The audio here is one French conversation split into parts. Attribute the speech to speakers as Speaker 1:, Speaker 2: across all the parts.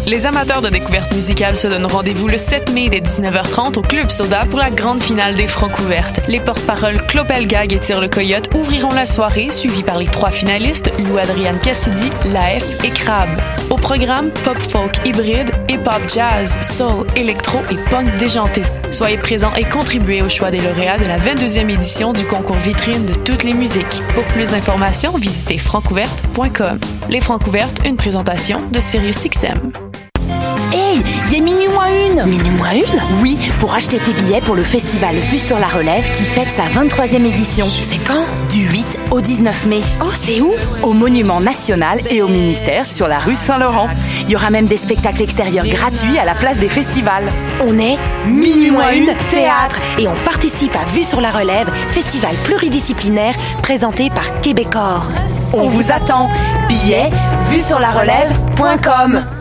Speaker 1: Les amateurs de découverte musicale se donnent rendez-vous le 7 mai dès 19h30 au Club Soda pour la grande finale des Francouvertes. Les porte-paroles Claude Pelgag et Tire le Coyote ouvriront la soirée, suivis par les 3 finalistes, Lou-Adrienne Cassidy, Laef et Crab. Au programme, pop-folk hybride, hip-hop jazz, soul, électro et punk déjanté. Soyez présents et contribuez au choix des lauréats de la 22e édition du concours vitrine de toutes les musiques. Pour plus d'informations, visitez francouverte.com. Les Francouvertes, une présentation de SiriusXM.
Speaker 2: Hey, il y a Minuit moins une.
Speaker 3: Minuit moins une?
Speaker 2: Oui, pour acheter tes billets pour le festival Vue sur la Relève qui fête sa 23e édition.
Speaker 3: C'est quand?
Speaker 2: Du 8 au 19 mai.
Speaker 3: Oh, c'est où?
Speaker 2: Au Monument National et au ministère sur la rue Saint-Laurent. Il y aura même des spectacles extérieurs gratuits à la place des festivals.
Speaker 3: On est
Speaker 2: Minuit moins une théâtre
Speaker 3: et on participe à Vue sur la Relève, festival pluridisciplinaire présenté par Québecor.
Speaker 2: On vous attend. Billets, vuesurlarelève.com.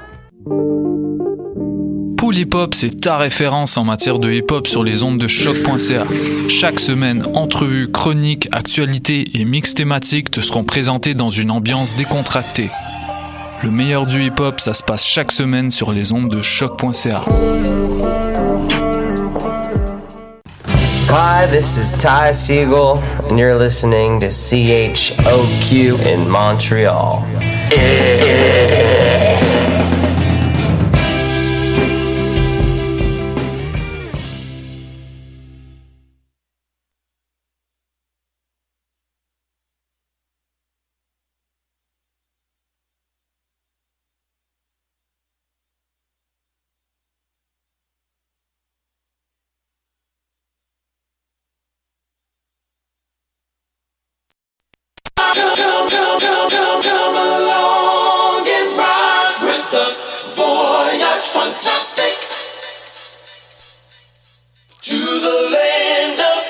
Speaker 4: Pool Hip Hop, c'est ta référence en matière de hip hop sur les ondes de choc.ca. Chaque semaine, entrevues, chroniques, actualités et mix thématiques te seront présentés dans une ambiance décontractée. Le meilleur du hip hop, ça se passe chaque semaine sur les ondes de choc.ca.
Speaker 5: Hi, this is Ty Siegel, and you're listening to CHOQ in Montreal.
Speaker 6: Come along and ride with the voyage fantastic to the land of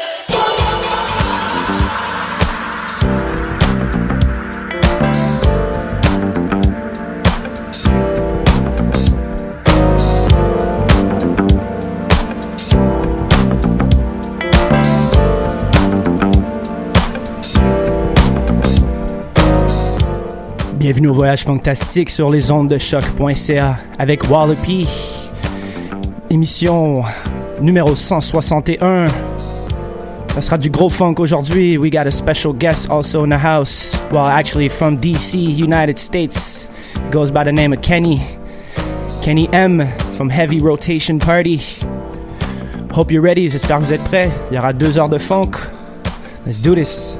Speaker 7: Bienvenue au Voyage Fantastique sur les ondes de choc.ca avec Wallopy. Émission numéro 161. Ça sera du gros funk aujourd'hui. We got a special guest also in the house. Well, actually from DC, United States. Goes by the name of Kenny. Kenny M from Heavy Rotation Party. Hope you're ready. J'espère que vous êtes prêts. Il y aura 2 heures de funk. Let's do this.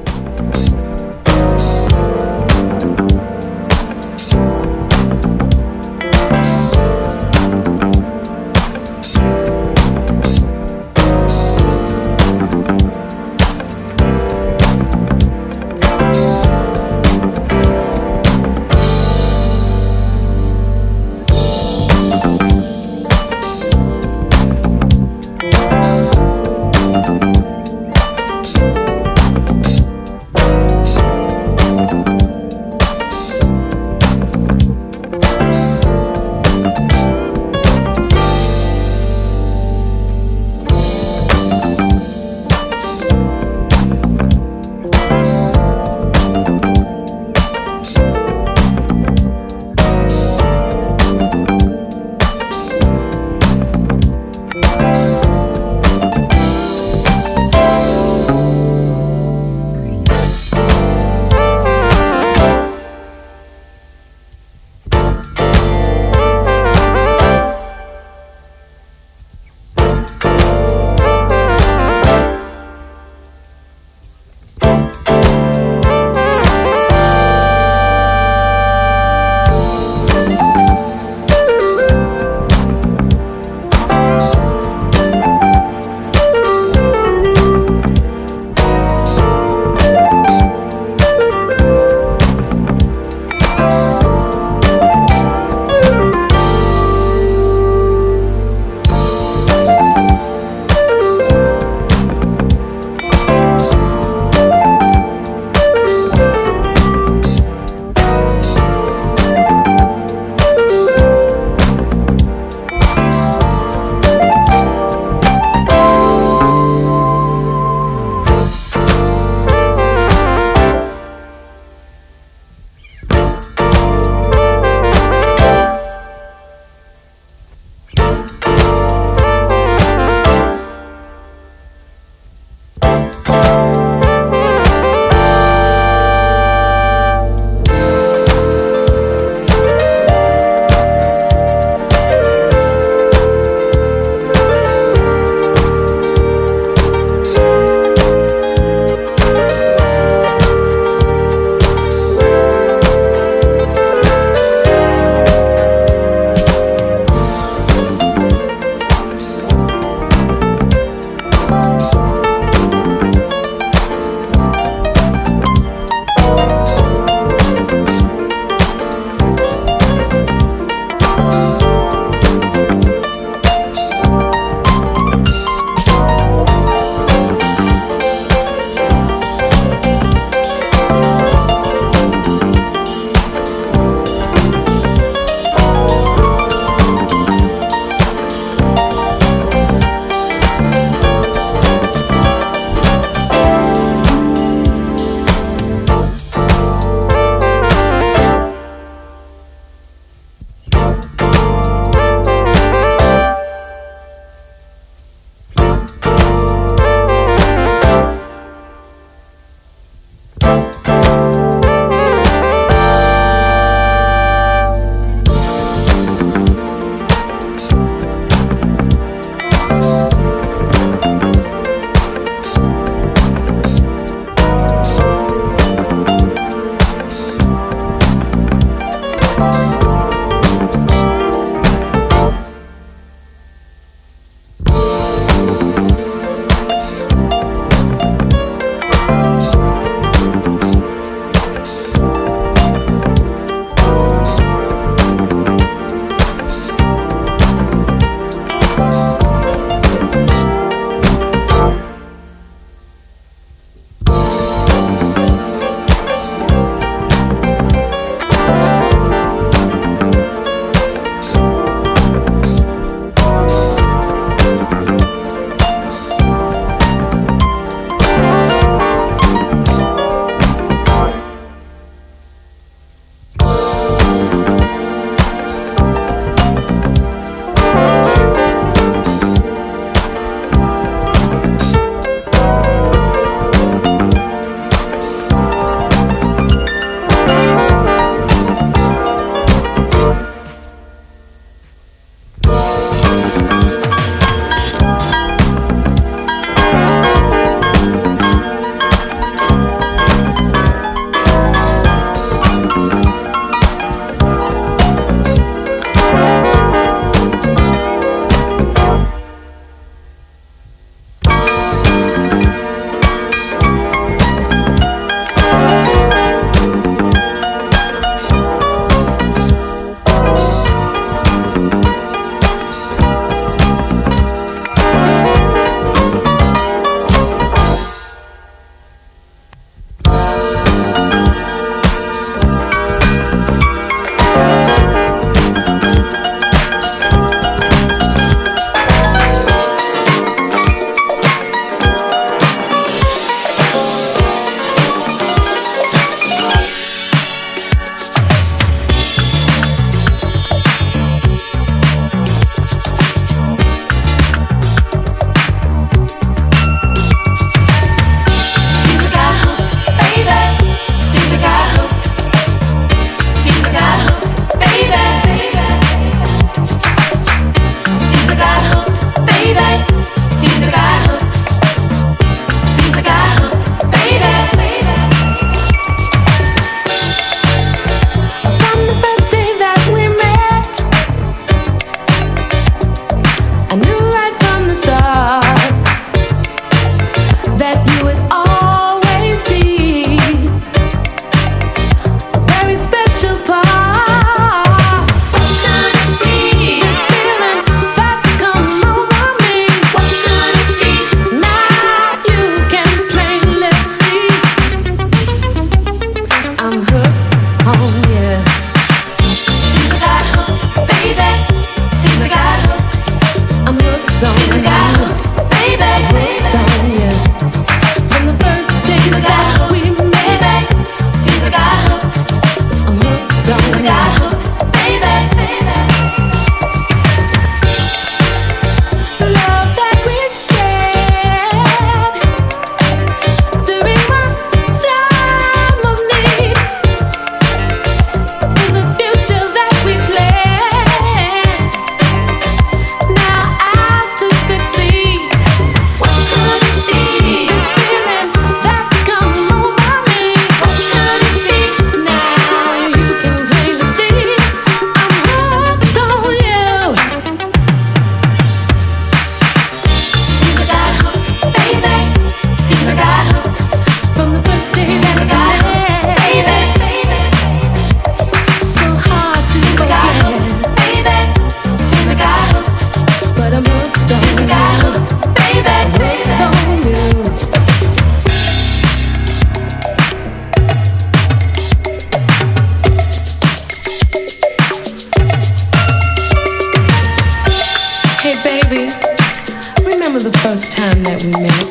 Speaker 8: first time that we met?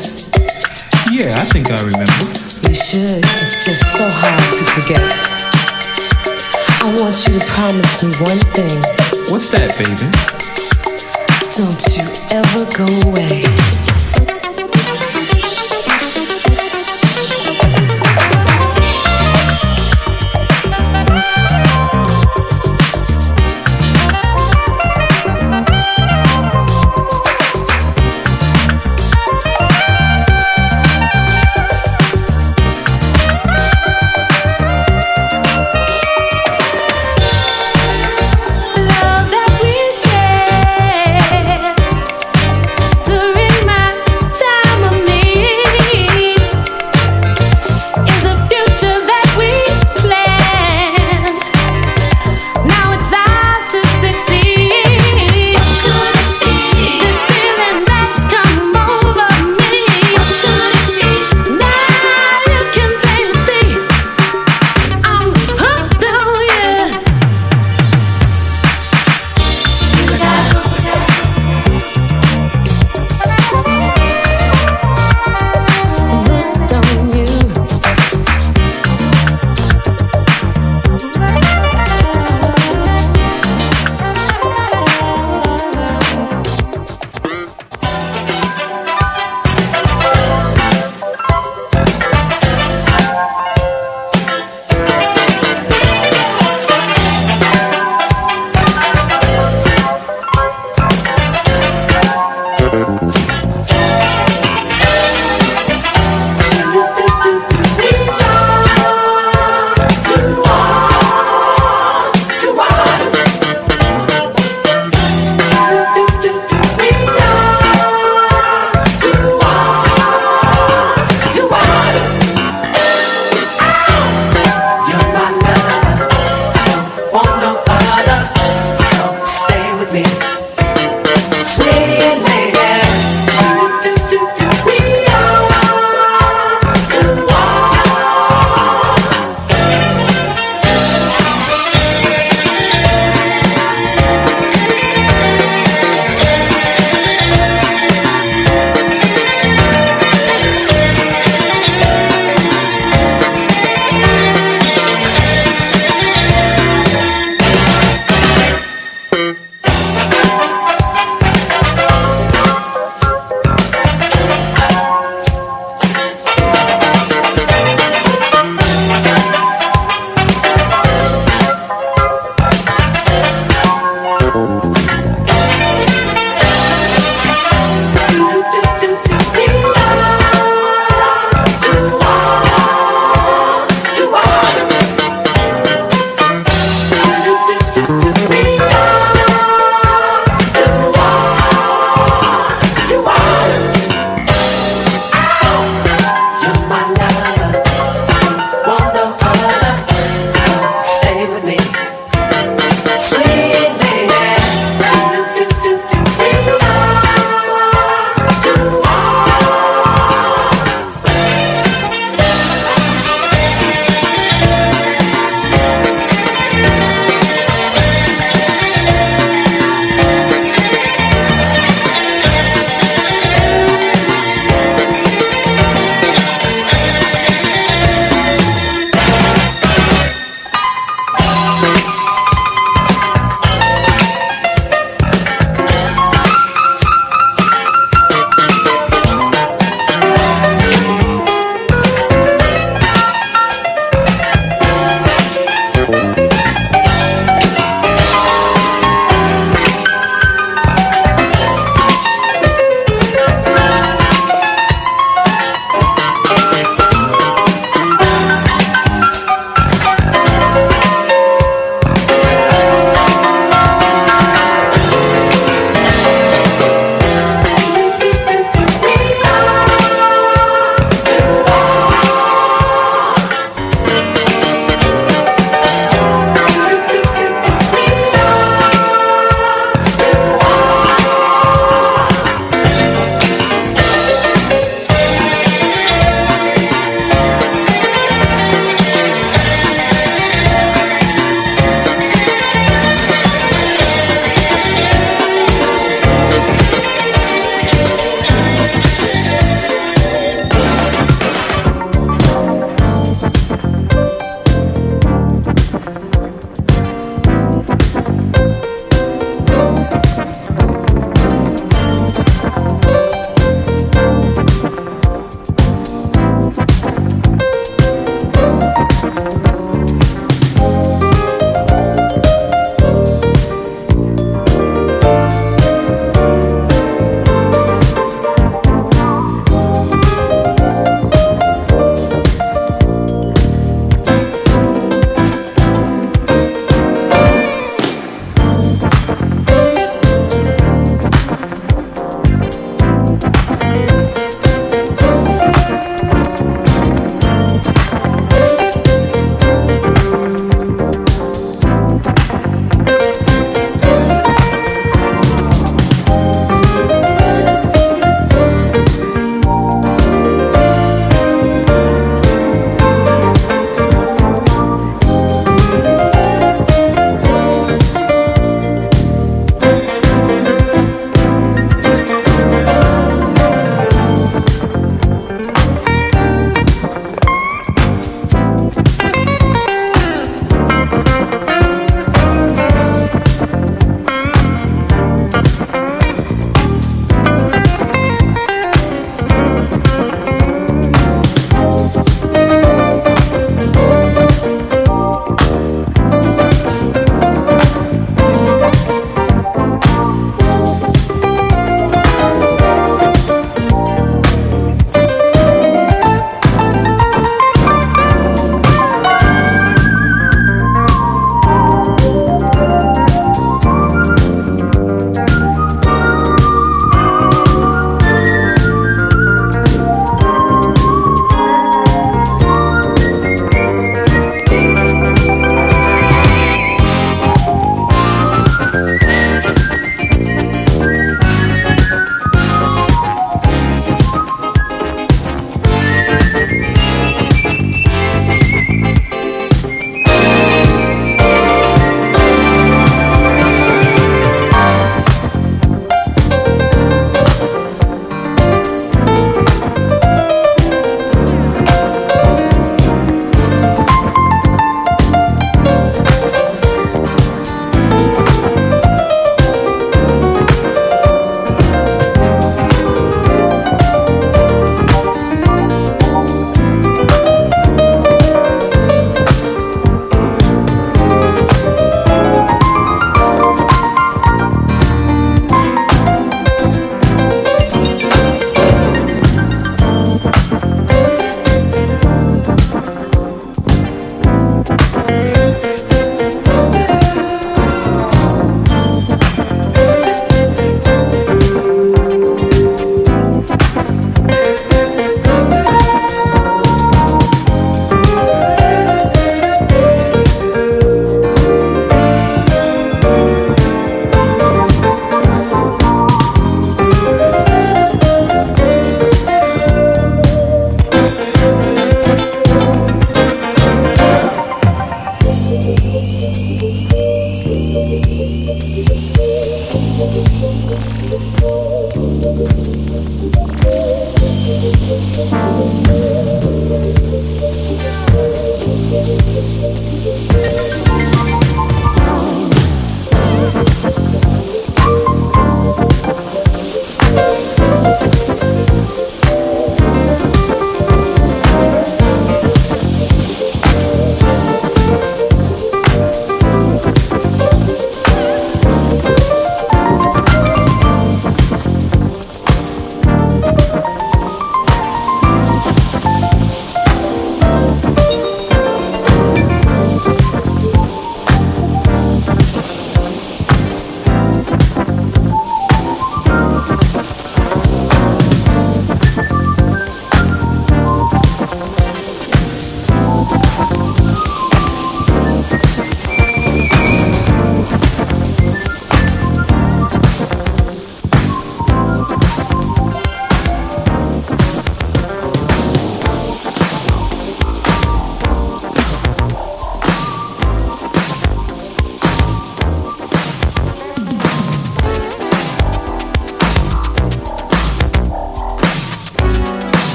Speaker 9: Yeah, I think I remember.
Speaker 8: You should. It's just so hard to forget. I want you to promise me one thing.
Speaker 9: What's that, baby?
Speaker 8: Don't you ever go away.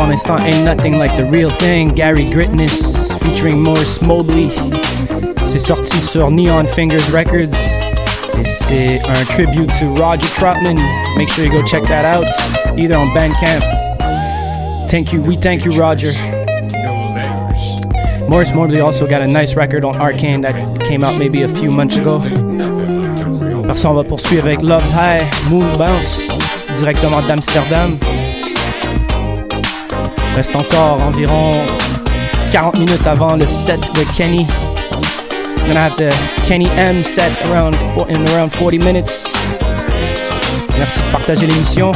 Speaker 7: à l'instant Ain't Nothing Like the Real Thing, Gary Gritness featuring Morris Mobley. C'est sorti sur Neon Fingers Records. Et c'est un tribute to Roger Troutman. Make sure you go check that out, either on Bandcamp. We thank you, Roger. Morris Mobley also got a nice record on Arcane that came out maybe a few months ago. Par ça, on va poursuivre avec Love's High, Moon Bounce, directement d'Amsterdam. Reste encore environ 40 minutes avant le set de Kenny. I'm gonna have the Kenny M set in around 40 minutes. Merci de partager l'émission.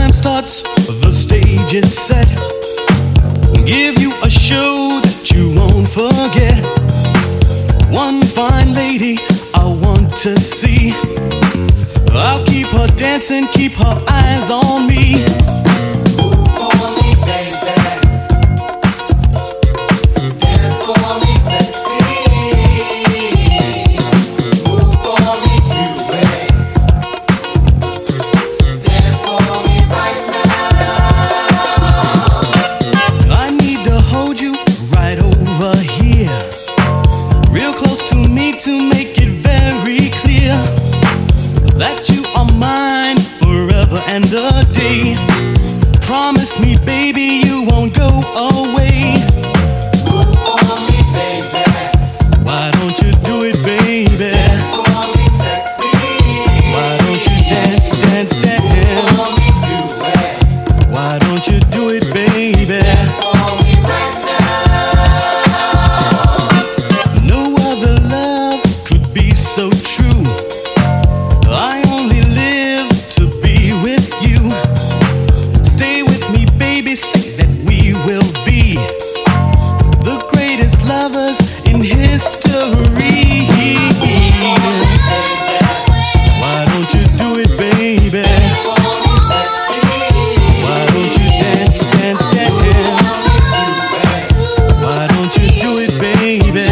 Speaker 10: band starts, the stage is set. Give you a show that you won't forget. One fine lady I want to see. I'll keep her dancing, keep her eyes on me. Move for me, baby. Dance for me, sexy. Move for me, beauty. Dance for me right now. I need to hold you right over here, real close to me to make it very clear that you are mine forever and a day. Promise me, baby, you won't go away. Move for me, baby. Why don't you do it, baby? Dance for me, sexy. Why don't you dance, dance, dance? Move for me, do it. Why don't you do it, baby? Dance for me right now. No other love could be so true. I only live to be with you. Stay with me, baby, say that we will be the greatest lovers in history. Why don't you do it, baby? Why don't you dance, dance, dance? Why don't you do it, baby?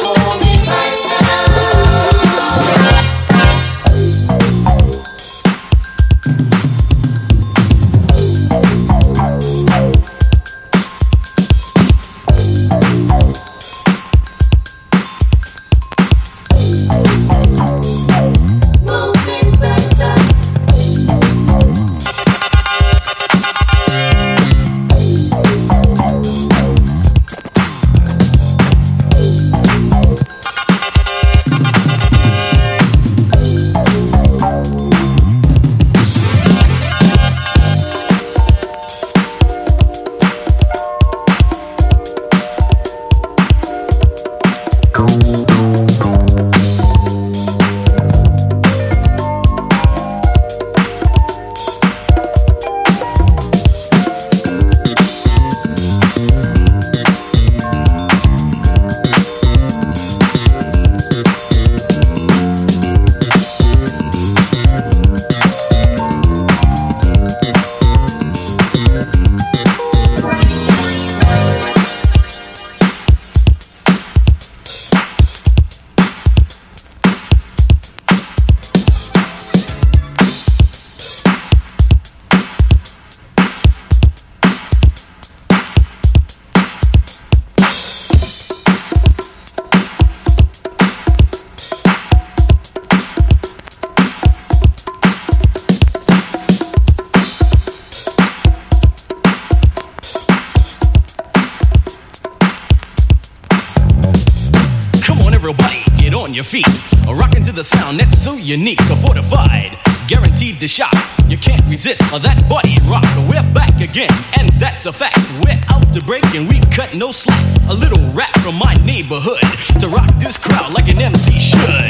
Speaker 10: Your feet, rocking to the sound that's so unique, so fortified, guaranteed to shock. You can't resist that body rock. We're back again, and that's a fact. We're out to break and we cut no slack. A little rap from my neighborhood to rock this crowd like an MC should.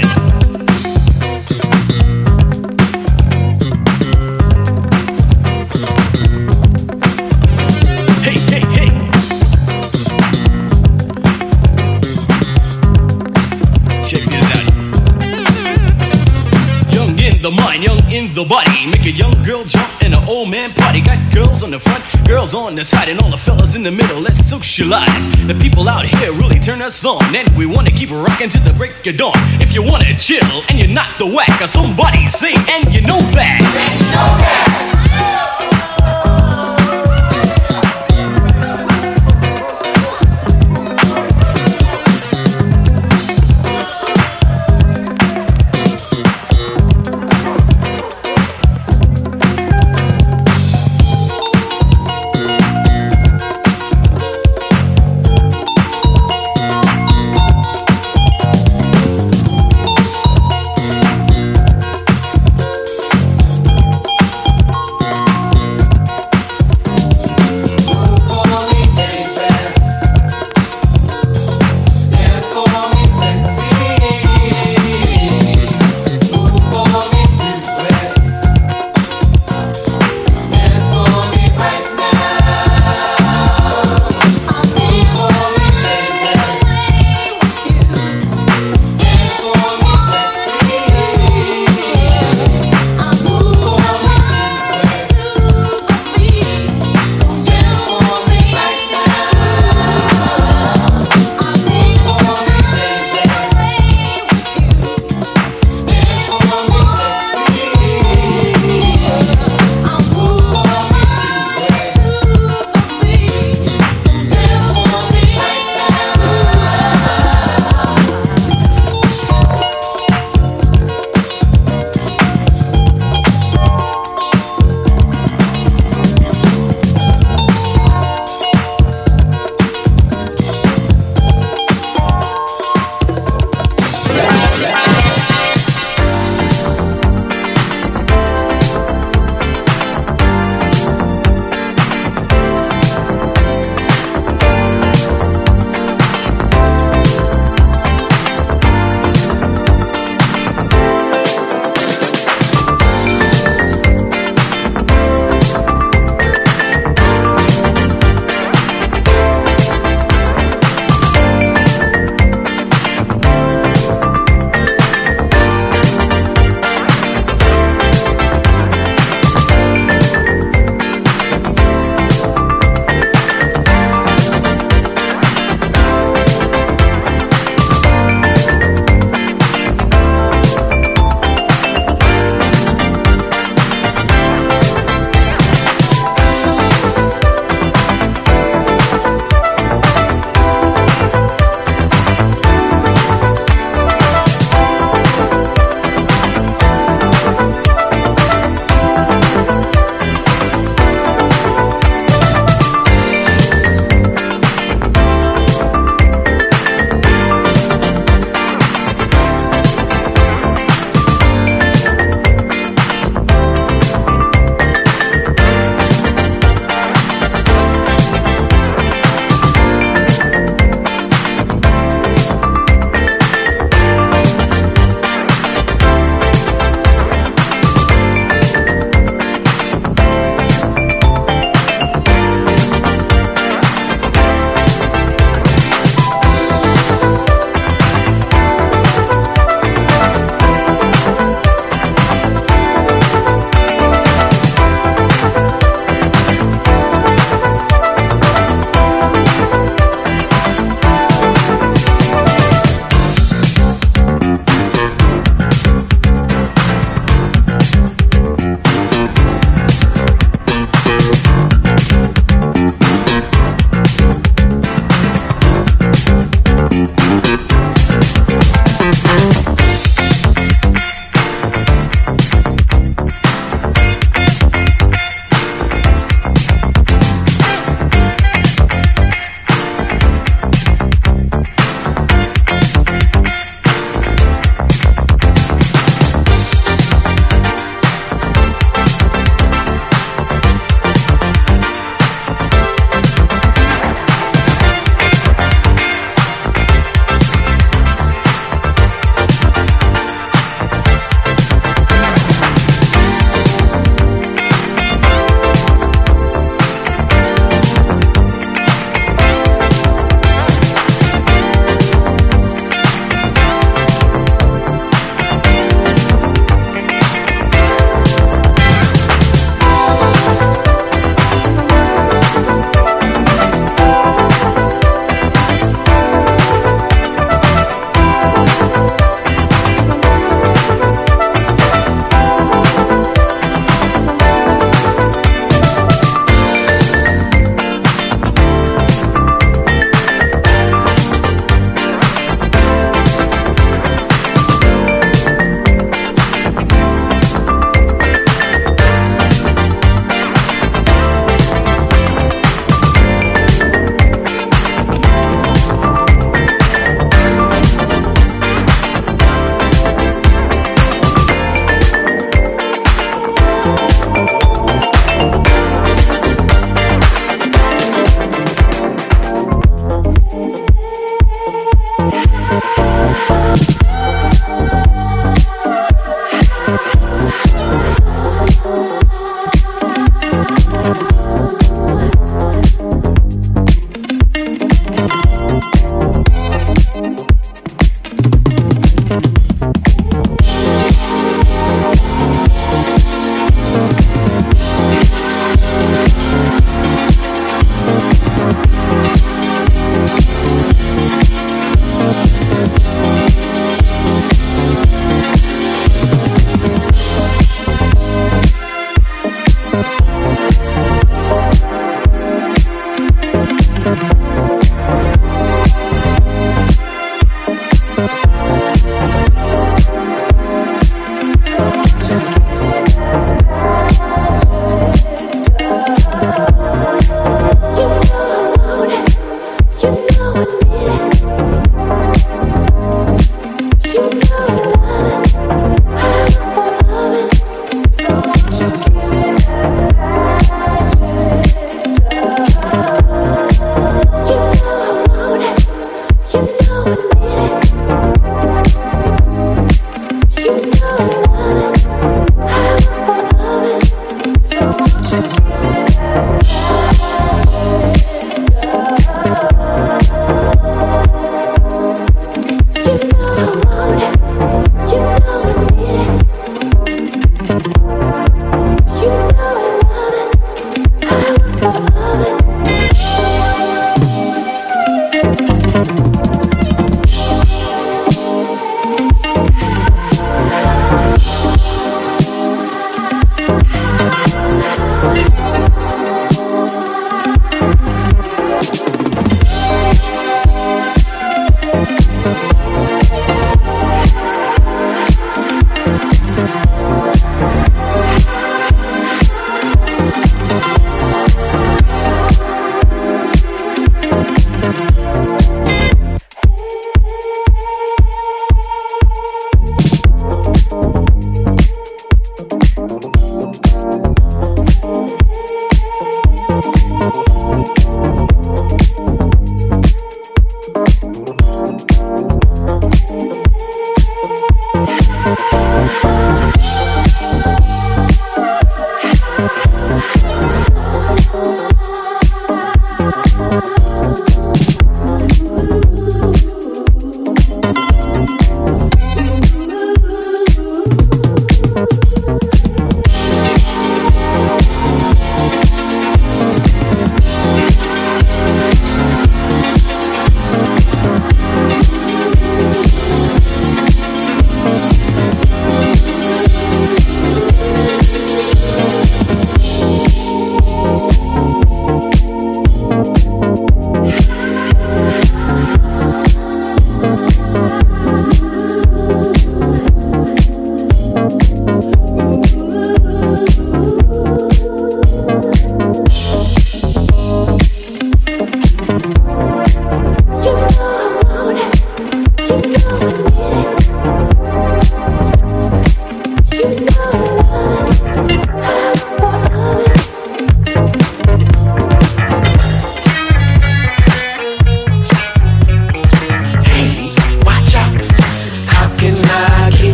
Speaker 10: Hey, hey, hey. Check this out. Young in the mind, young in the body. Make a young girl jump in an old man party. Got girls on the front, girls on the side, and all the fellas in the middle. Let's socialize. The people out here really turn us on, and we wanna keep rocking till the break of dawn. If you wanna chill and you're not the whack, or somebody sing and you know that. You know that.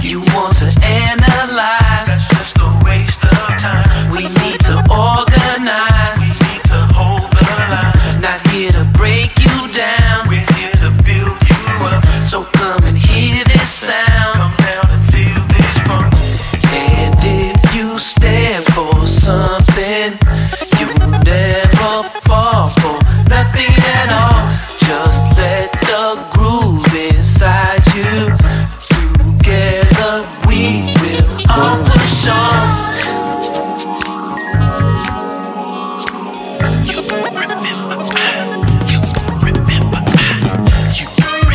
Speaker 11: You want to analyze, that's just a waste of time. We need to organize, we need to hold the line. Not here to break you down, we're here to build you up. So come and hear this sound, come down and feel this funk. And if you stand for something, you never fall for nothing at all. Just let the groove inside you. Together we will all push on. You remember, you remember, you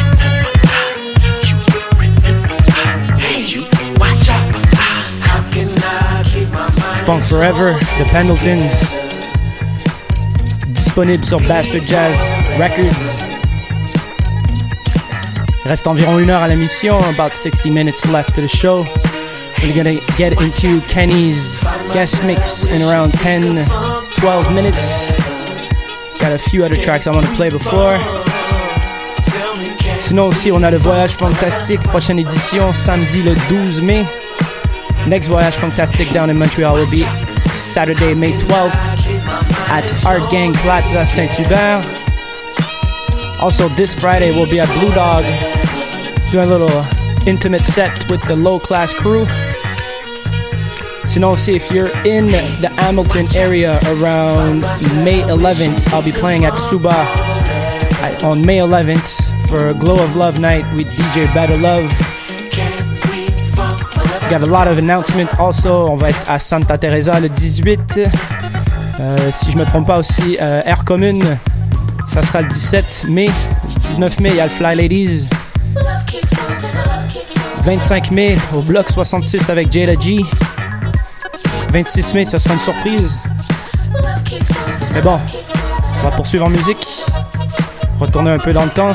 Speaker 11: remember, hey you, watch out. How can I keep my mind?
Speaker 7: Funk Forever, The Pendletons. Disponible sur Bastard Jazz Records. Il reste environ 1 heure à l'émission, about 60 minutes left to the show. We're gonna get into Kenny's guest mix in around 10-12 minutes. Got a few other tracks I want to play before. Sinon aussi, on a le Voyage Fantastique, prochaine édition, samedi le 12 mai. Next Voyage Fantastique down in Montreal will be Saturday, May 12th at Art Gang Plaza, Saint-Hubert. Also, this Friday we'll be at Blue Dog doing a little intimate set with the Low Class crew. Sinon, see if you're in the Hamilton area around May 11th, I'll be playing at Suba on May 11th for a Glow of Love night with DJ Better Love. We got a lot of announcements also. On va être à Santa Teresa le 18. Si je me trompe pas aussi, Air Commune, ça sera le 17 mai. Le 19 mai, il y a le Fly Ladies. 25 mai, au Bloc 66 avec Jada G. 26 mai, ça sera une surprise. Mais bon, on va poursuivre en musique. Retourner un peu dans le temps.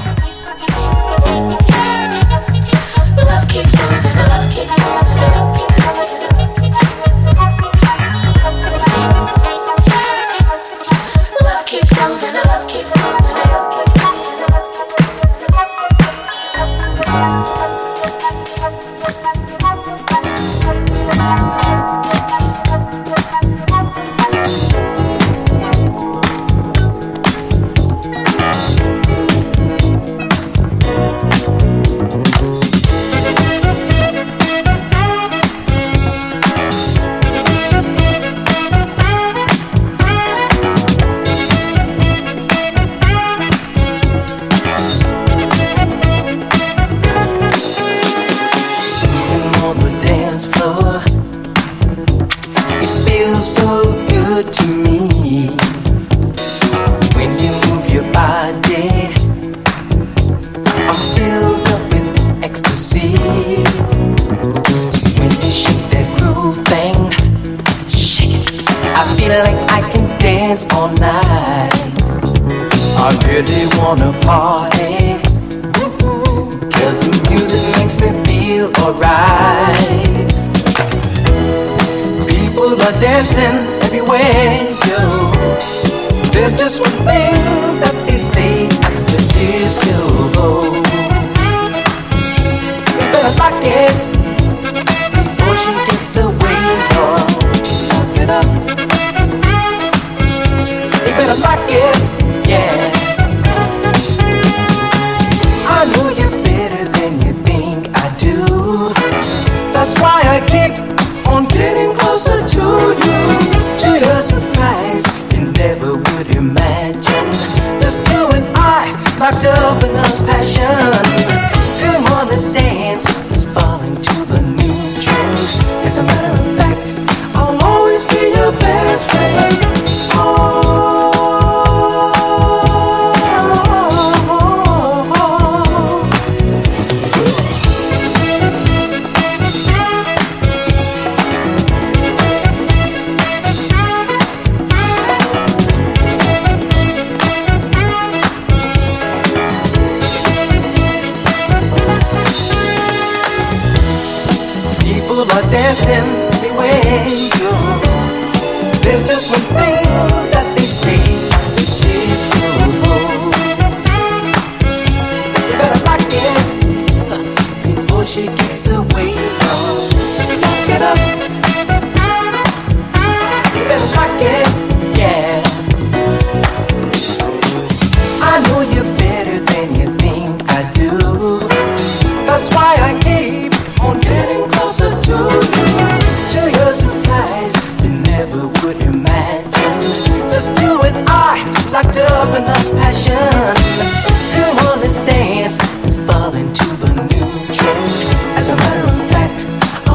Speaker 6: She gets away.
Speaker 11: wait on. Get up, better rock it, yeah. I know you're better than you think I do. That's why I keep on getting closer to you. To your surprise, you never would imagine. Just you and I, locked up enough passion. Come on, let's dance and fall into the new trend. As a matter of fact, I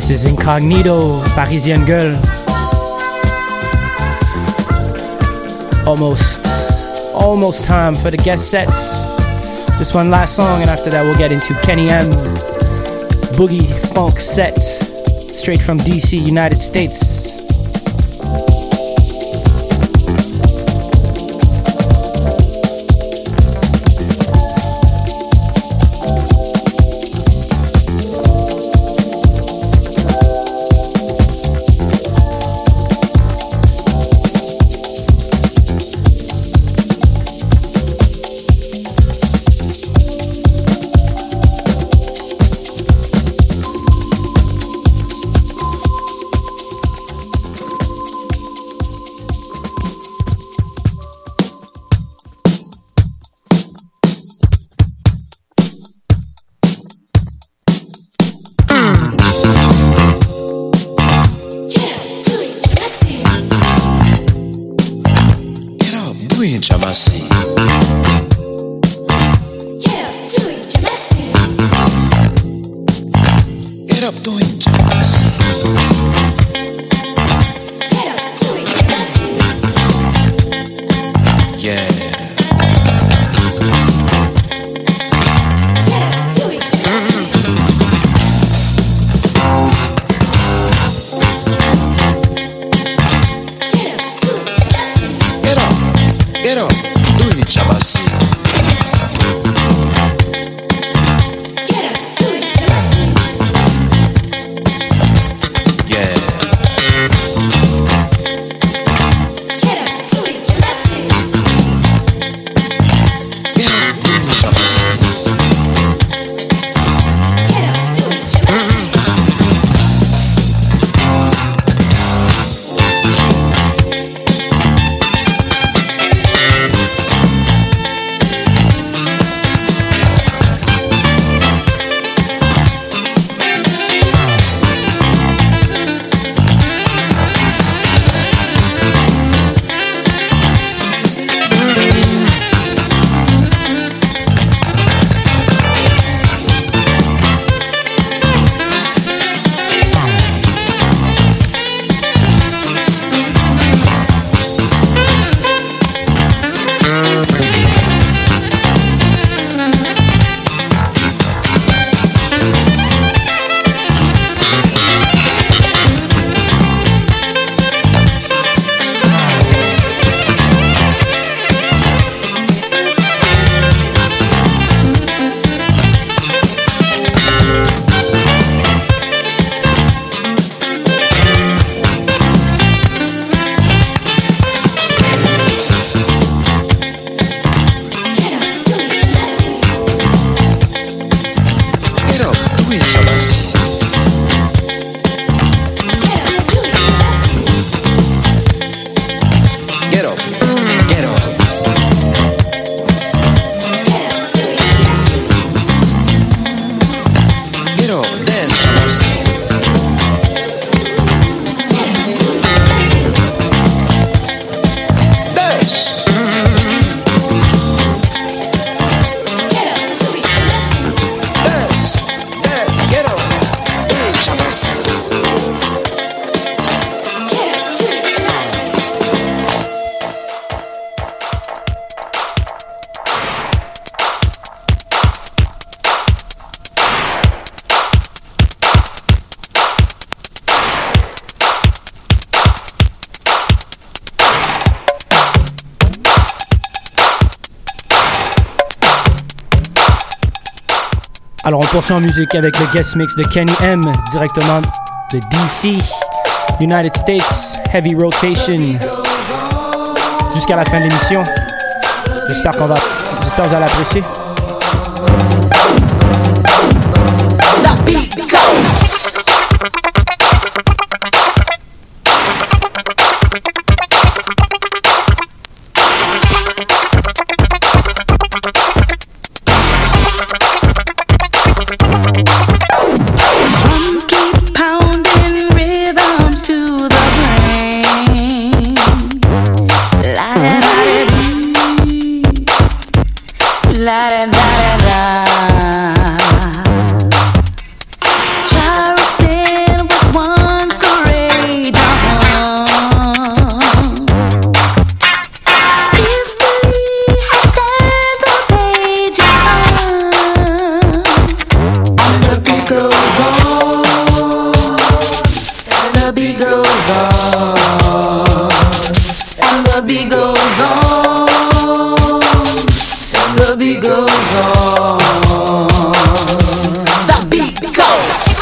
Speaker 7: This is Incognito, Parisian Girl. Almost time for the guest set. Just one last song, and after that we'll get into Kenny M. Boogie Funk set, straight from DC, United States. Alors on poursuit en musique avec le guest mix de Kenny M, directement de DC, United States, Heavy Rotation, jusqu'à la fin de l'émission. J'espère que vous allez apprécier.
Speaker 6: The beat goes.
Speaker 12: Charleston was
Speaker 6: the beat goes on. The beat goes.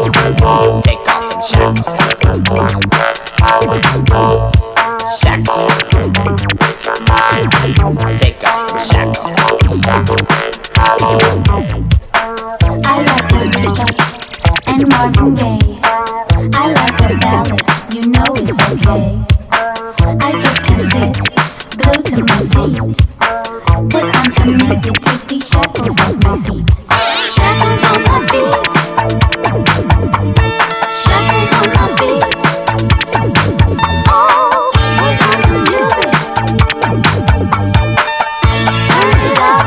Speaker 5: Take off them shackles. Shackles. Take off them shackles.
Speaker 12: I like the rhythm and Marvin Gaye. I like the ballad, you know it's okay. I just can't sit glued to my seat. Put on some music, take these shackles off my feet. Shackles on my feet. Shackles on my feet. Oh, put on some music. Turn it up.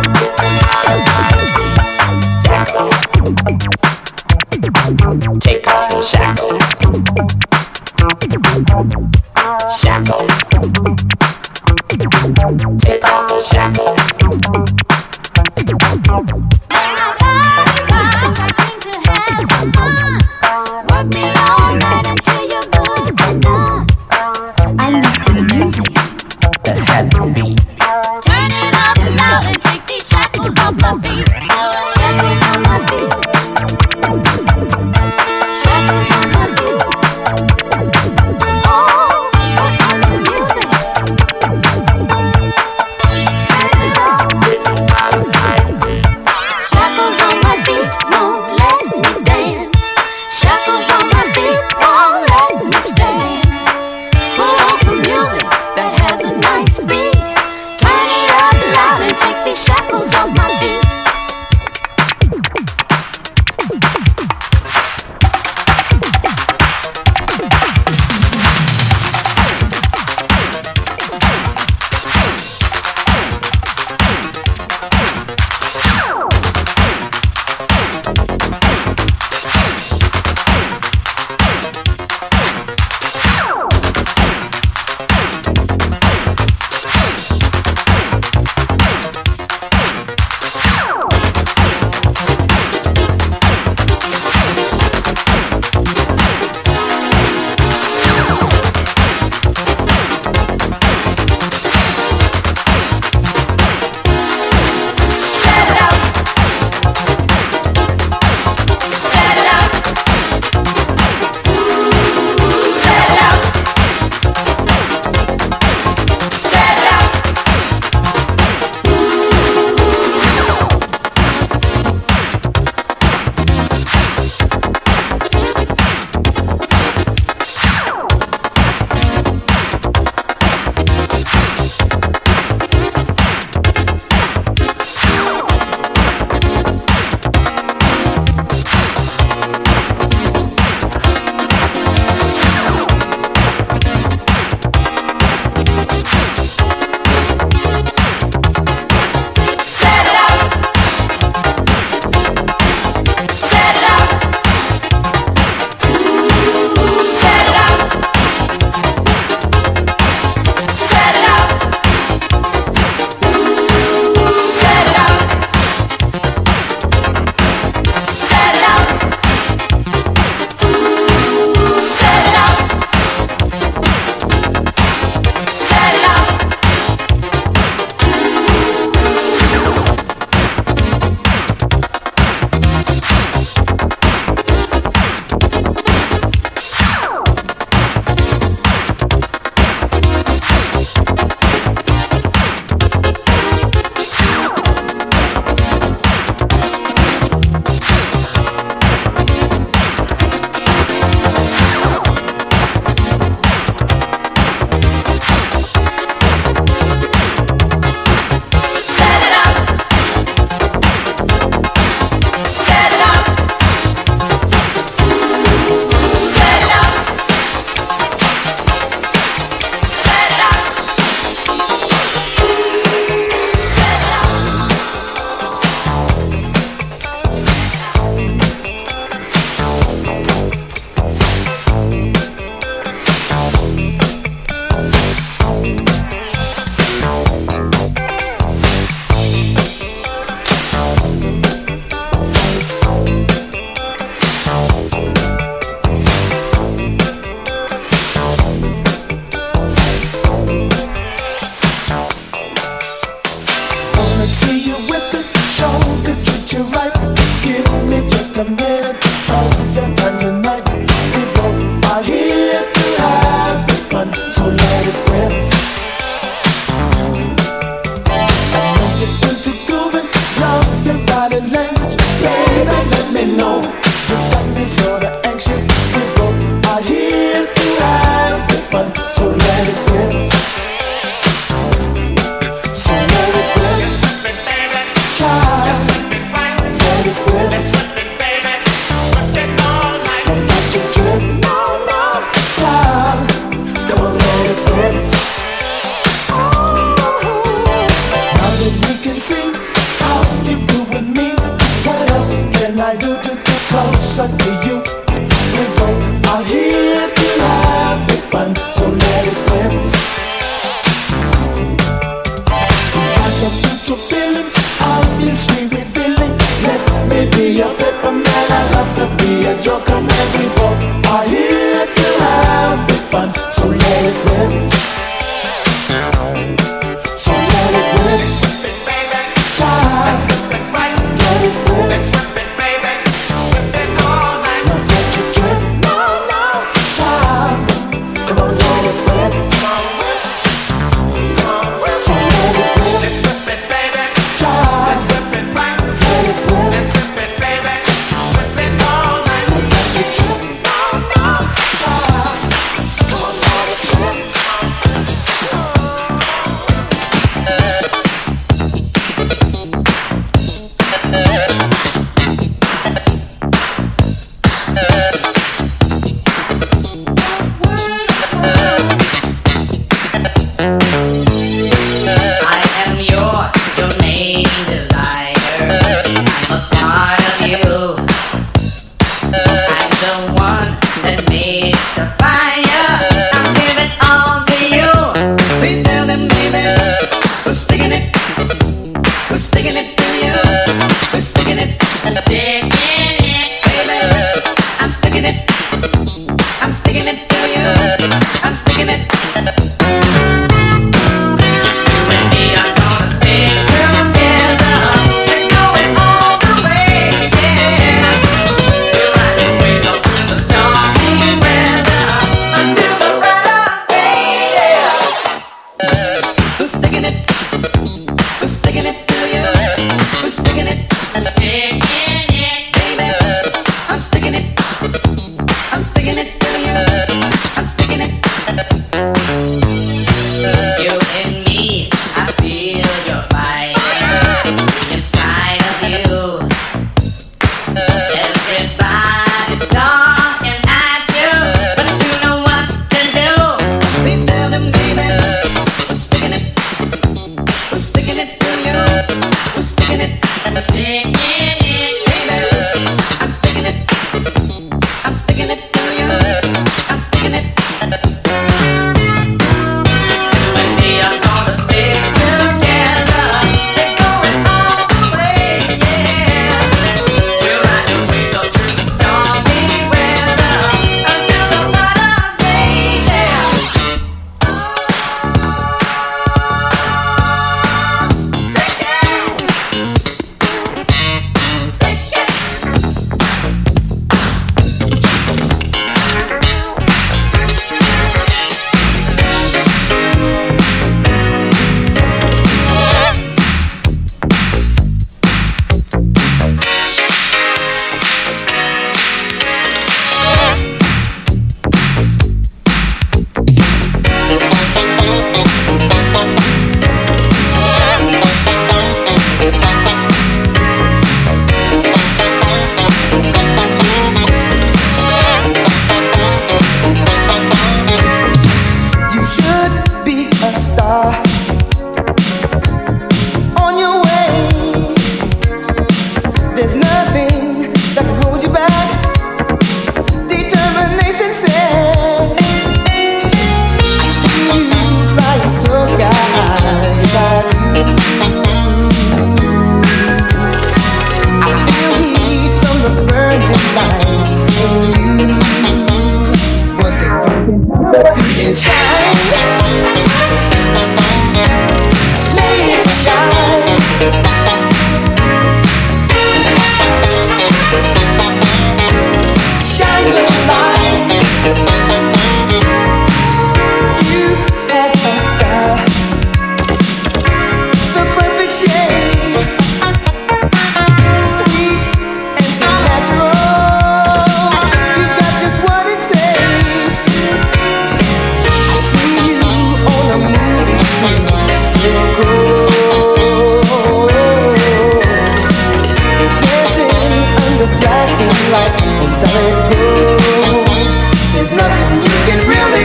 Speaker 5: Take off them shackles. Shackles. Take off them shackles.
Speaker 12: Make my body go.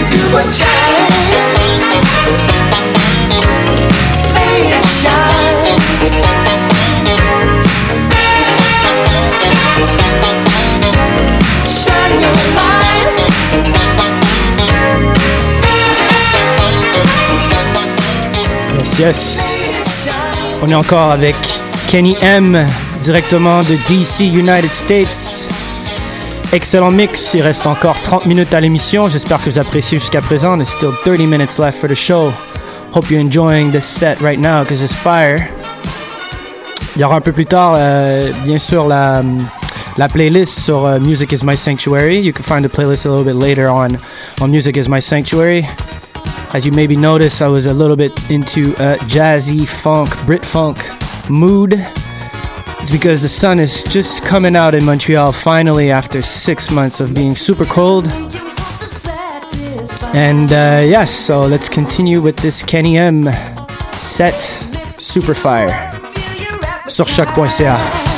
Speaker 6: do but shine. Please shine. Shine your light.
Speaker 7: Yes, yes. On est encore avec Kenny M, directement de DC, United States. Excellent mix, il reste encore 30 minutes à l'émission. J'espère que vous appréciez jusqu'à présent. There's still 30 minutes left for the show. Hope you're enjoying this set right now because it's fire. Il y aura un peu plus tard, bien sûr, la playlist sur Music is My Sanctuary. You can find the playlist a little bit later on Music is My Sanctuary. As you maybe noticed, I was a little bit into jazzy funk, Brit funk mood. It's because the sun is just coming out in Montreal finally after 6 months of being super cold. And yes, so let's continue with this Kenny M set, Super Fire, sur choc.ca.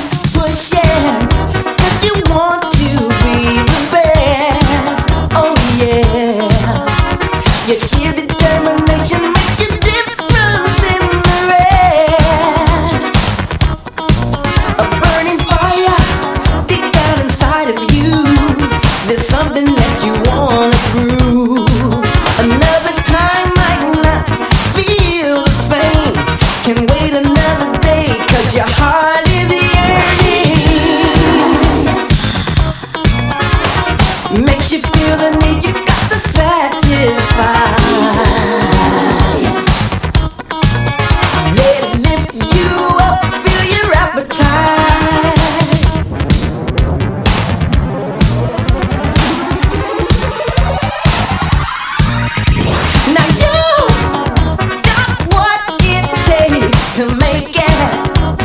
Speaker 6: Your sheer determination makes you different than the rest. A burning fire deep down inside of you. There's something that you wanna prove. Another time might not feel the same. Can wait another day 'cause your heart is yearning. Makes you feel the need you got to satisfy. Let it lift you up, feel your appetite. Now you got what it takes to make it.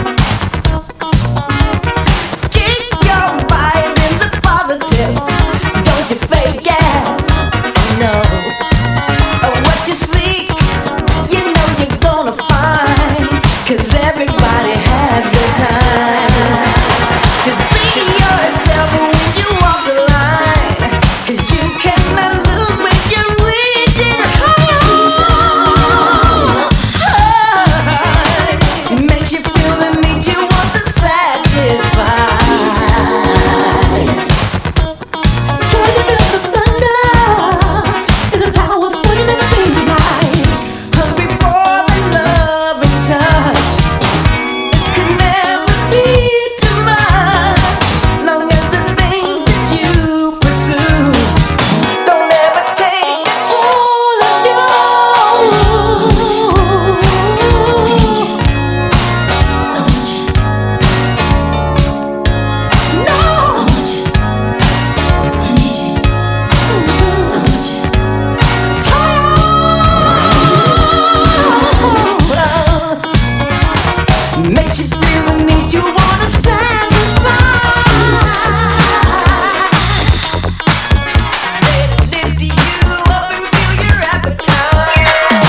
Speaker 6: Keep your vibe in the positive. Don't you fake it. No, what you seek, you know you're gonna find. 'Cause everybody has their time. Just be yourself when you walk the line. 'Cause you cannot lose when you're reaching high. It makes you feel the need you want to satisfy. Makes you feel the need you wanna satisfy. Let it lift you up and feel your appetite.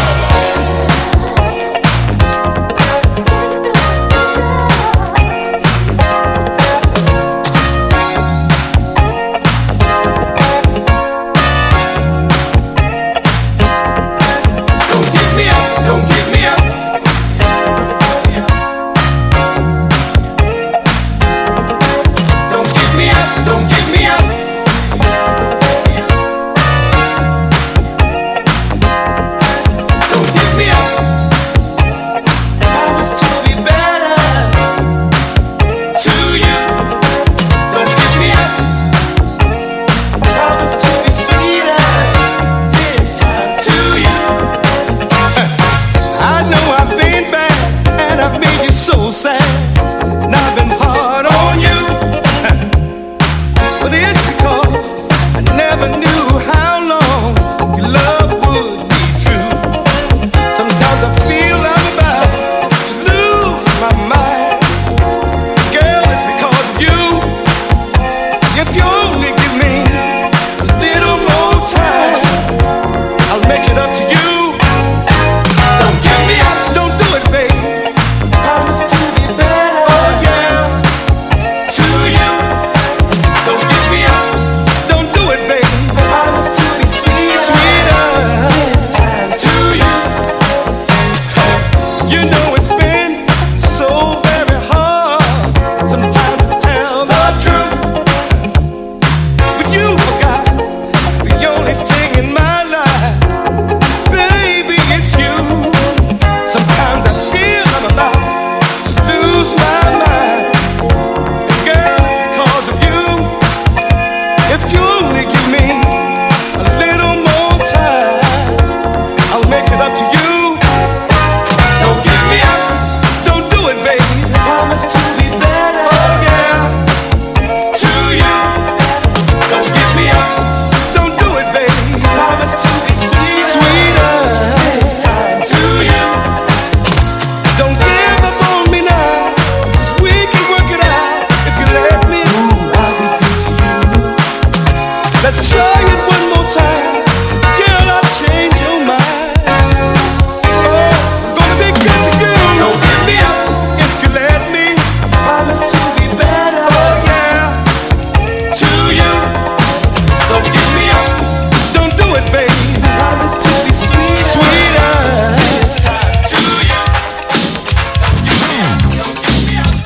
Speaker 6: Don't give me up, don't give me up. Don't give me up. Don't give me up. Promise to be better to you. Don't give me up. Promise to be sweeter this time to you. I know I've been bad and I've made you so sad. And I've been hard on you. But it's because I never knew how long your love would be true. Sometimes I feel I'm about to lose my mind. Girl, it's because of you. If you only give me a little more time, I'll make it up to you. Don't give me up, don't do it, babe. Promise to be better, oh yeah, to you. Don't give me up, don't do it, babe. you only give me a little more time, I'll make it up to you. Don't give me up, don't do it, baby. Promise to be better. Oh yeah, to you. Don't give me up, don't do it, baby. Promise to be sweeter, sweeter this time to you. Don't give up on me now, 'cause we can work it out if you let me. Ooh, I'll be good to you. Let's try it one more time, girl, I'll change your mind. Oh, I'm gonna be good to you. Don't give me up if you let me. I promise to be better. Oh yeah, to you. Don't give me up, don't do it, baby. I promise to be sweeter, sweeter this time to you. Don't give me up, don't give me up.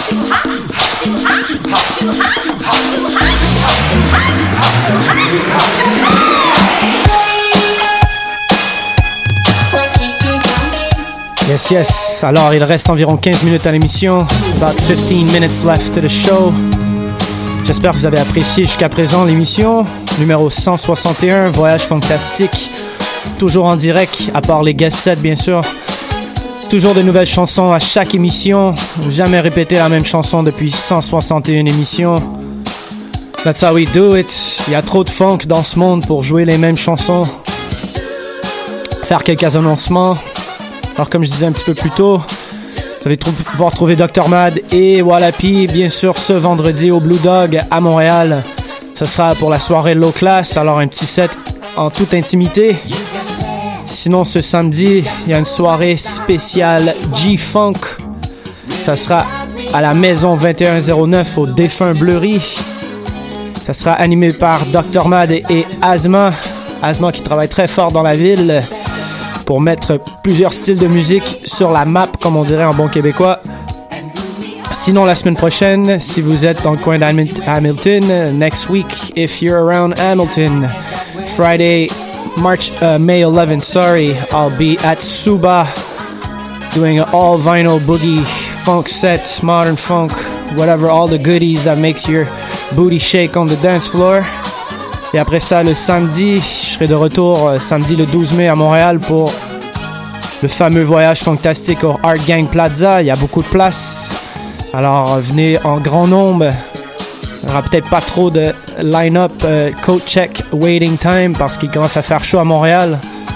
Speaker 7: Yes, yes. Alors, il reste environ 15 minutes à l'émission. About 15 minutes left to the show. J'espère que vous avez apprécié jusqu'à présent l'émission. Numéro 161, Voyage Fantastique. Toujours en direct, à part les guest sets, bien sûr. Toujours de nouvelles chansons à chaque émission. Jamais répéter la même chanson depuis 161 émissions. That's how we do it. Il y a trop de funk dans ce monde pour jouer les mêmes chansons. Faire quelques annoncements. Alors, comme je disais un petit peu plus tôt, vous allez pouvoir trouver Dr. Mad et Wallapi, bien sûr, ce vendredi au Blue Dog à Montréal. Ce sera pour la soirée Low Class, alors un petit set en toute intimité. Sinon, ce samedi, il y a une soirée spéciale G-Funk. Ça sera à la Maison 2109 au Défunt Bleury. Ça sera animé par Dr. Mad et Asma. Asma qui travaille très fort dans la ville pour mettre plusieurs styles de musique sur la map, comme on dirait en bon québécois. Sinon, la semaine prochaine, si vous êtes dans le coin d'Hamilton, next week, if you're around Hamilton, Friday, May 11th, I'll be at Suba doing an all vinyl boogie funk set, modern funk, whatever, all the goodies that makes your booty shake on the dance floor. Et après ça, le samedi, je serai de retour samedi le 12 mai à Montréal pour le fameux voyage fantastique au Art Gang Plaza. Il y a beaucoup de place. Alors, venez en grand nombre. Il n'y aura peut-être pas trop de line-up, coat check, waiting time parce qu'il commence à faire chaud à Montréal.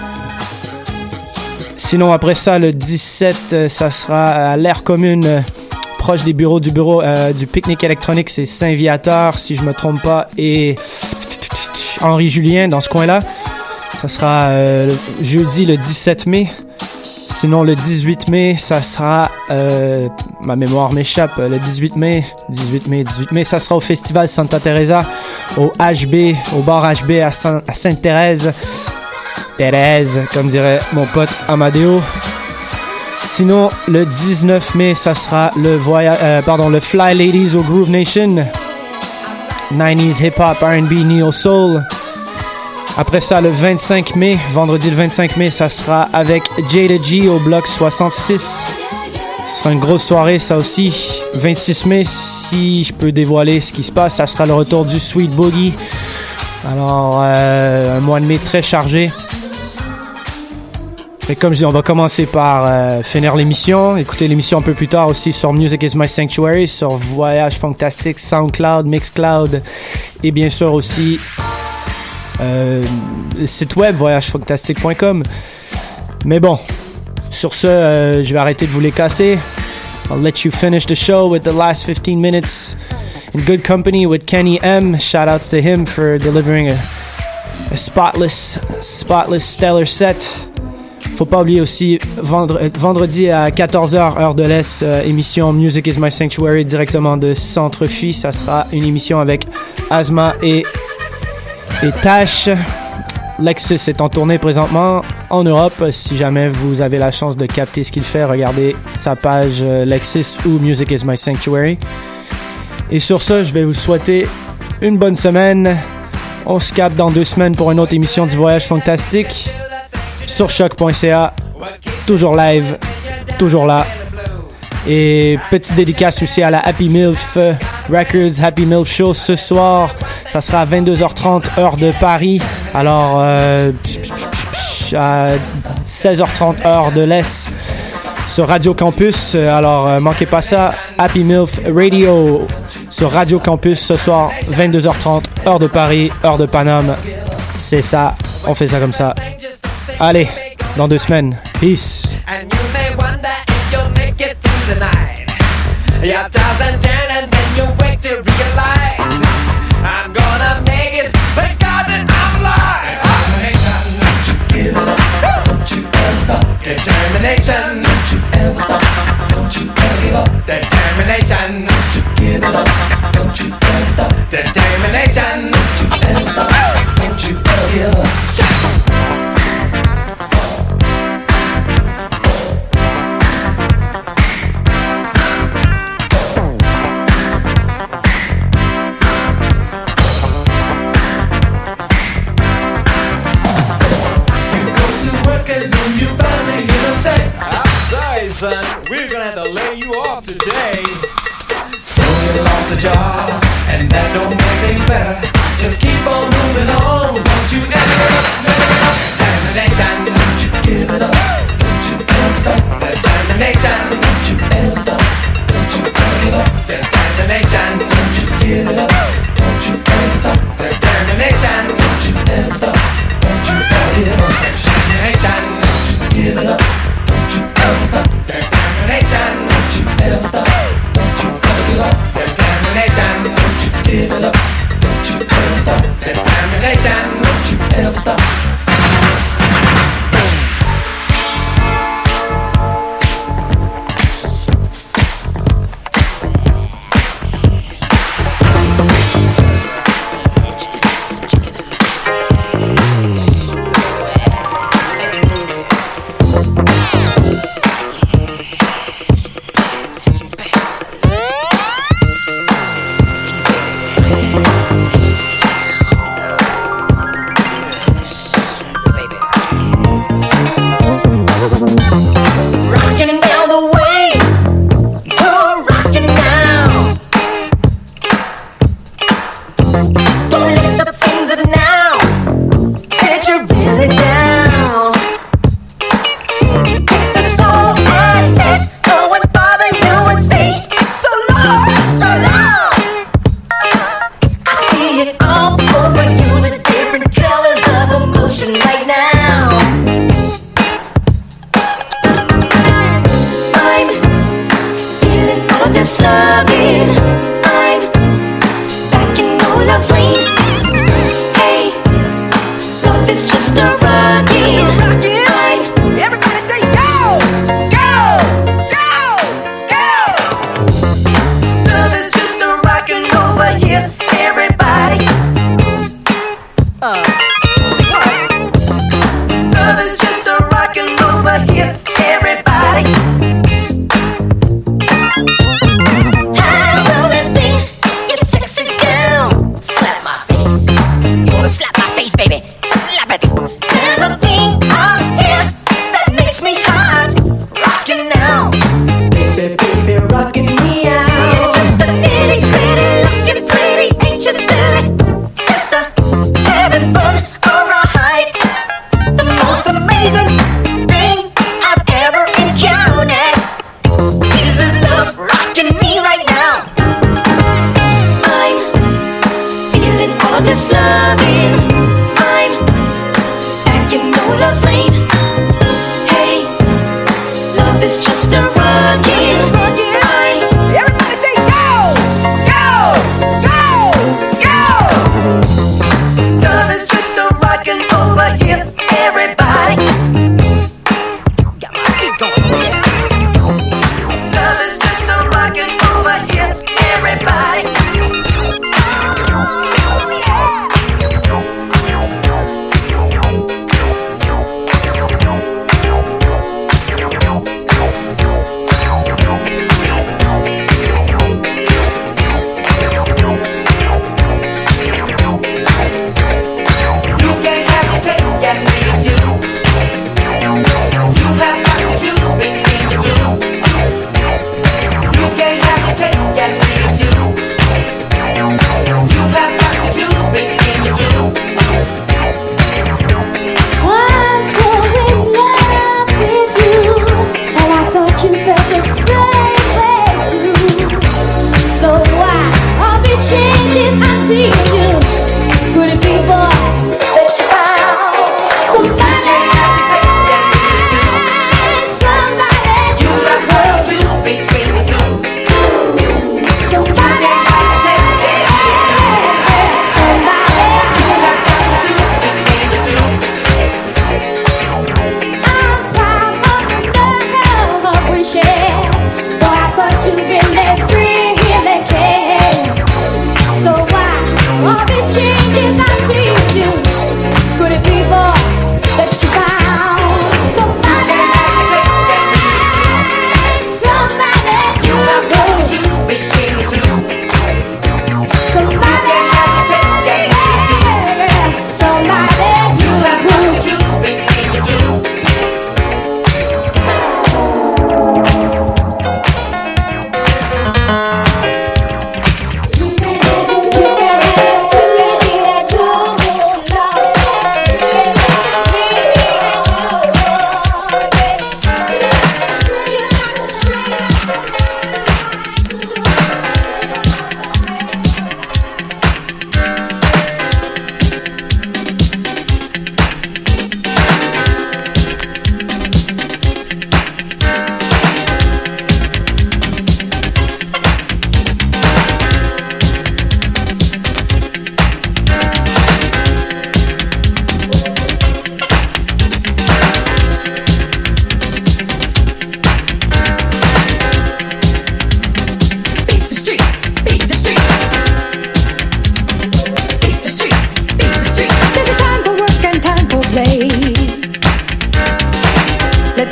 Speaker 7: Sinon, après ça, le 17, ça sera à l'Aire Commune, proche des bureaux du pique-nique électronique. C'est Saint-Viateur, si je me trompe pas, et Henri-Julien, dans ce coin-là. Ça sera jeudi le 17 mai. Sinon, le 18 mai, ça sera... ma mémoire m'échappe. Le 18 mai, ça sera au Festival Santa Teresa, au HB, au bar HB à Sainte-Thérèse. Thérèse, comme dirait mon pote Amadeo. Sinon, le 19 mai, ça sera le Fly Ladies au Groove Nation. 90s hip-hop, R&B, neo soul. Après ça, le 25 mai, vendredi le 25 mai, ça sera avec Jada G au bloc 66. Ce sera une grosse soirée, ça aussi. 26 mai, si je peux dévoiler ce qui se passe, ça sera le retour du Sweet Boogie. Alors, un mois de mai très chargé. Mais comme je dis, on va commencer par finir l'émission. Écoutez l'émission un peu plus tard aussi sur Music is My Sanctuary, sur Voyage Fantastique, SoundCloud, Mixcloud et bien sûr aussi le site web voyagefantastique.com. Mais bon, sur ce, je vais arrêter de vous les casser. I'll let you finish the show with the last 15 minutes in good company with Kenny M. Shout outs to him for delivering a spotless, stellar set. Faut pas oublier aussi vendredi à 14h heure de l'Est, émission Music is My Sanctuary directement de Centre Phi. Ça sera une émission avec Asma et Tash. Lexus est en tournée présentement en Europe. Si jamais vous avez la chance de capter ce qu'il fait, regardez sa page Lexus ou Music is My Sanctuary. Et sur ça, je vais vous souhaiter une bonne semaine. On se capte dans 2 semaines pour une autre émission du Voyage Fantastique. Sur choc.ca, toujours live, toujours là. Et petite dédicace aussi à la Happy MILF Records Happy MILF Show ce soir. Ça sera à 22h30 heure de Paris. Alors à 16h30 heure de l'Est sur Radio Campus. Alors manquez pas ça. Happy MILF Radio sur Radio Campus ce soir 22h30 heure de Paris, heure de Paname. C'est ça, on fait ça comme ça. Allez, dans 2 semaines. Peace.
Speaker 11: And you may wonder if you'll make it through the night. You toss and turn and then you wake to realize I'm gonna make it, thank God that I'm alive. Don't you give it up, don't you ever stop. Determination, don't you ever stop, don't you ever give up. Determination, don't you give it up, don't you ever stop. Determination, don't you ever stop, don't you ever give up.
Speaker 6: house ajar, and that don't make things better. Just keep on moving on. Don't you ever give up, never give up. Determination, don't you give it up. Don't you ever stop. Determination, don't you ever stop. Don't you ever give up. Determination, don't you give it up. Don't you ever stop. Determination, don't you ever stop. Don't you ever give up. Determination, don't you give it up. Don't you ever stop. Determination, don't you ever stop. Don't you ever give up. Determination, don't you give it up. Don't you ever stop. Determination, don't you ever stop.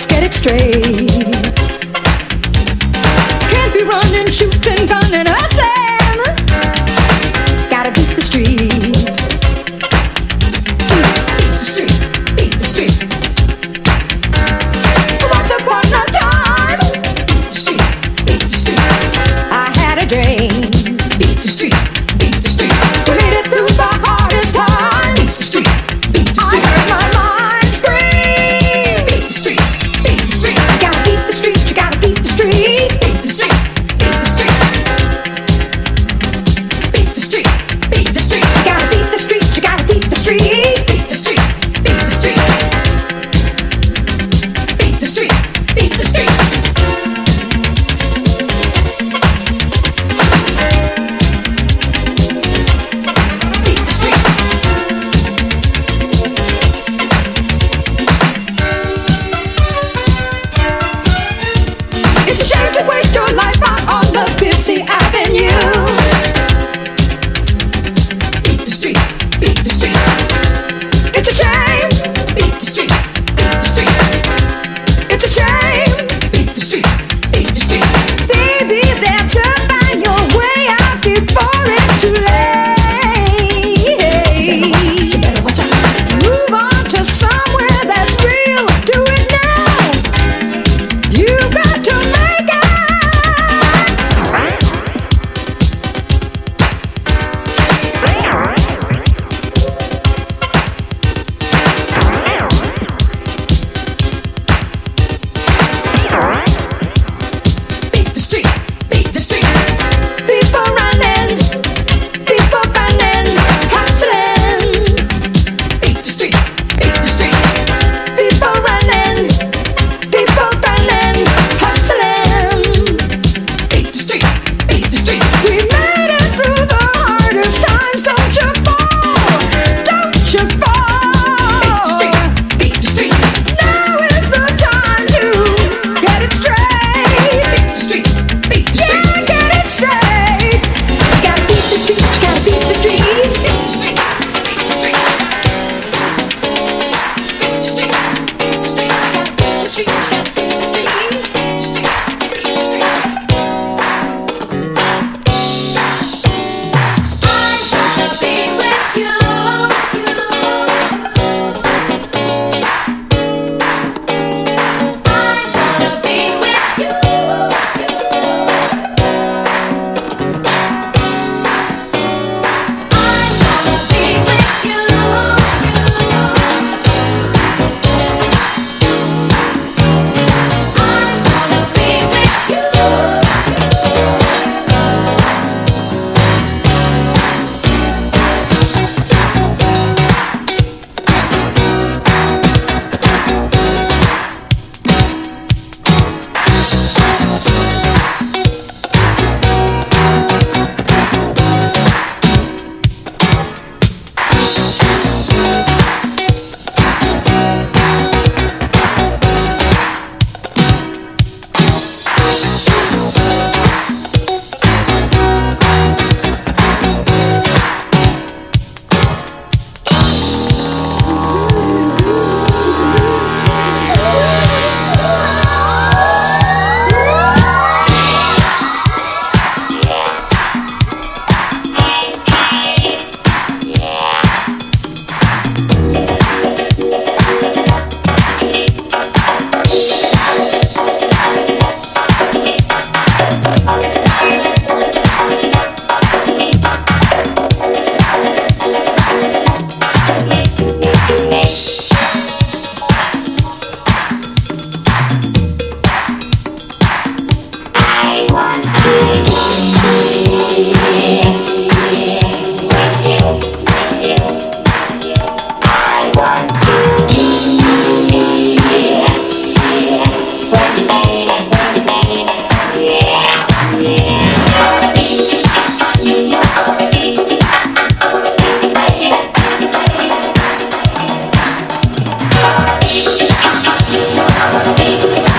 Speaker 13: let's get it straight. Can't be running, shooting, gunning, hustling. Gotta beat the street. Beat the street, beat the street. Once upon a time, beat the street, beat the street. I had a dream. Beat the street, beat the street. We made it through the hardest time. Beat the street, beat the street. I heard my mind scream. Beat the street, beat the street. You gotta beat the street, you gotta beat the street. Beat the street, beat the street. Beat the street, beat the street. You gotta beat the street, you gotta beat the street. Beat the street, beat the street. Beat the street, beat the street. It's a shame to waste your life out on the busy avenue. Beat the street, beat the street. It's a shame. Beat the street, beat the street. It's a shame. Beat the street, beat the street. Baby, you better find your way out before it's too late. You better watch out. Move on to somewhere that's real. Do it now. You got to make it. Beat the street, beat the street. People running, people running, hustling. Beat the street, beat the street. People running, people running, hustling. Beat the street, beat the street. We made it through the hardest times. Don't you fall, don't you fall. Beat the street, beat the street. Now is the time to get it straight. Beat the street, beat the street. Yeah, get it straight. You gotta beat the street, you gotta beat the street. Beat the street, beat the street. Beat the street, beat the street. Beat the street, you gotta beat the street. Beat the street, beat the street. I wanna be with you. I wanna be with you. I wanna be with you. I wanna be with you.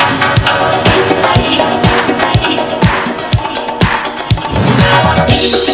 Speaker 6: Beat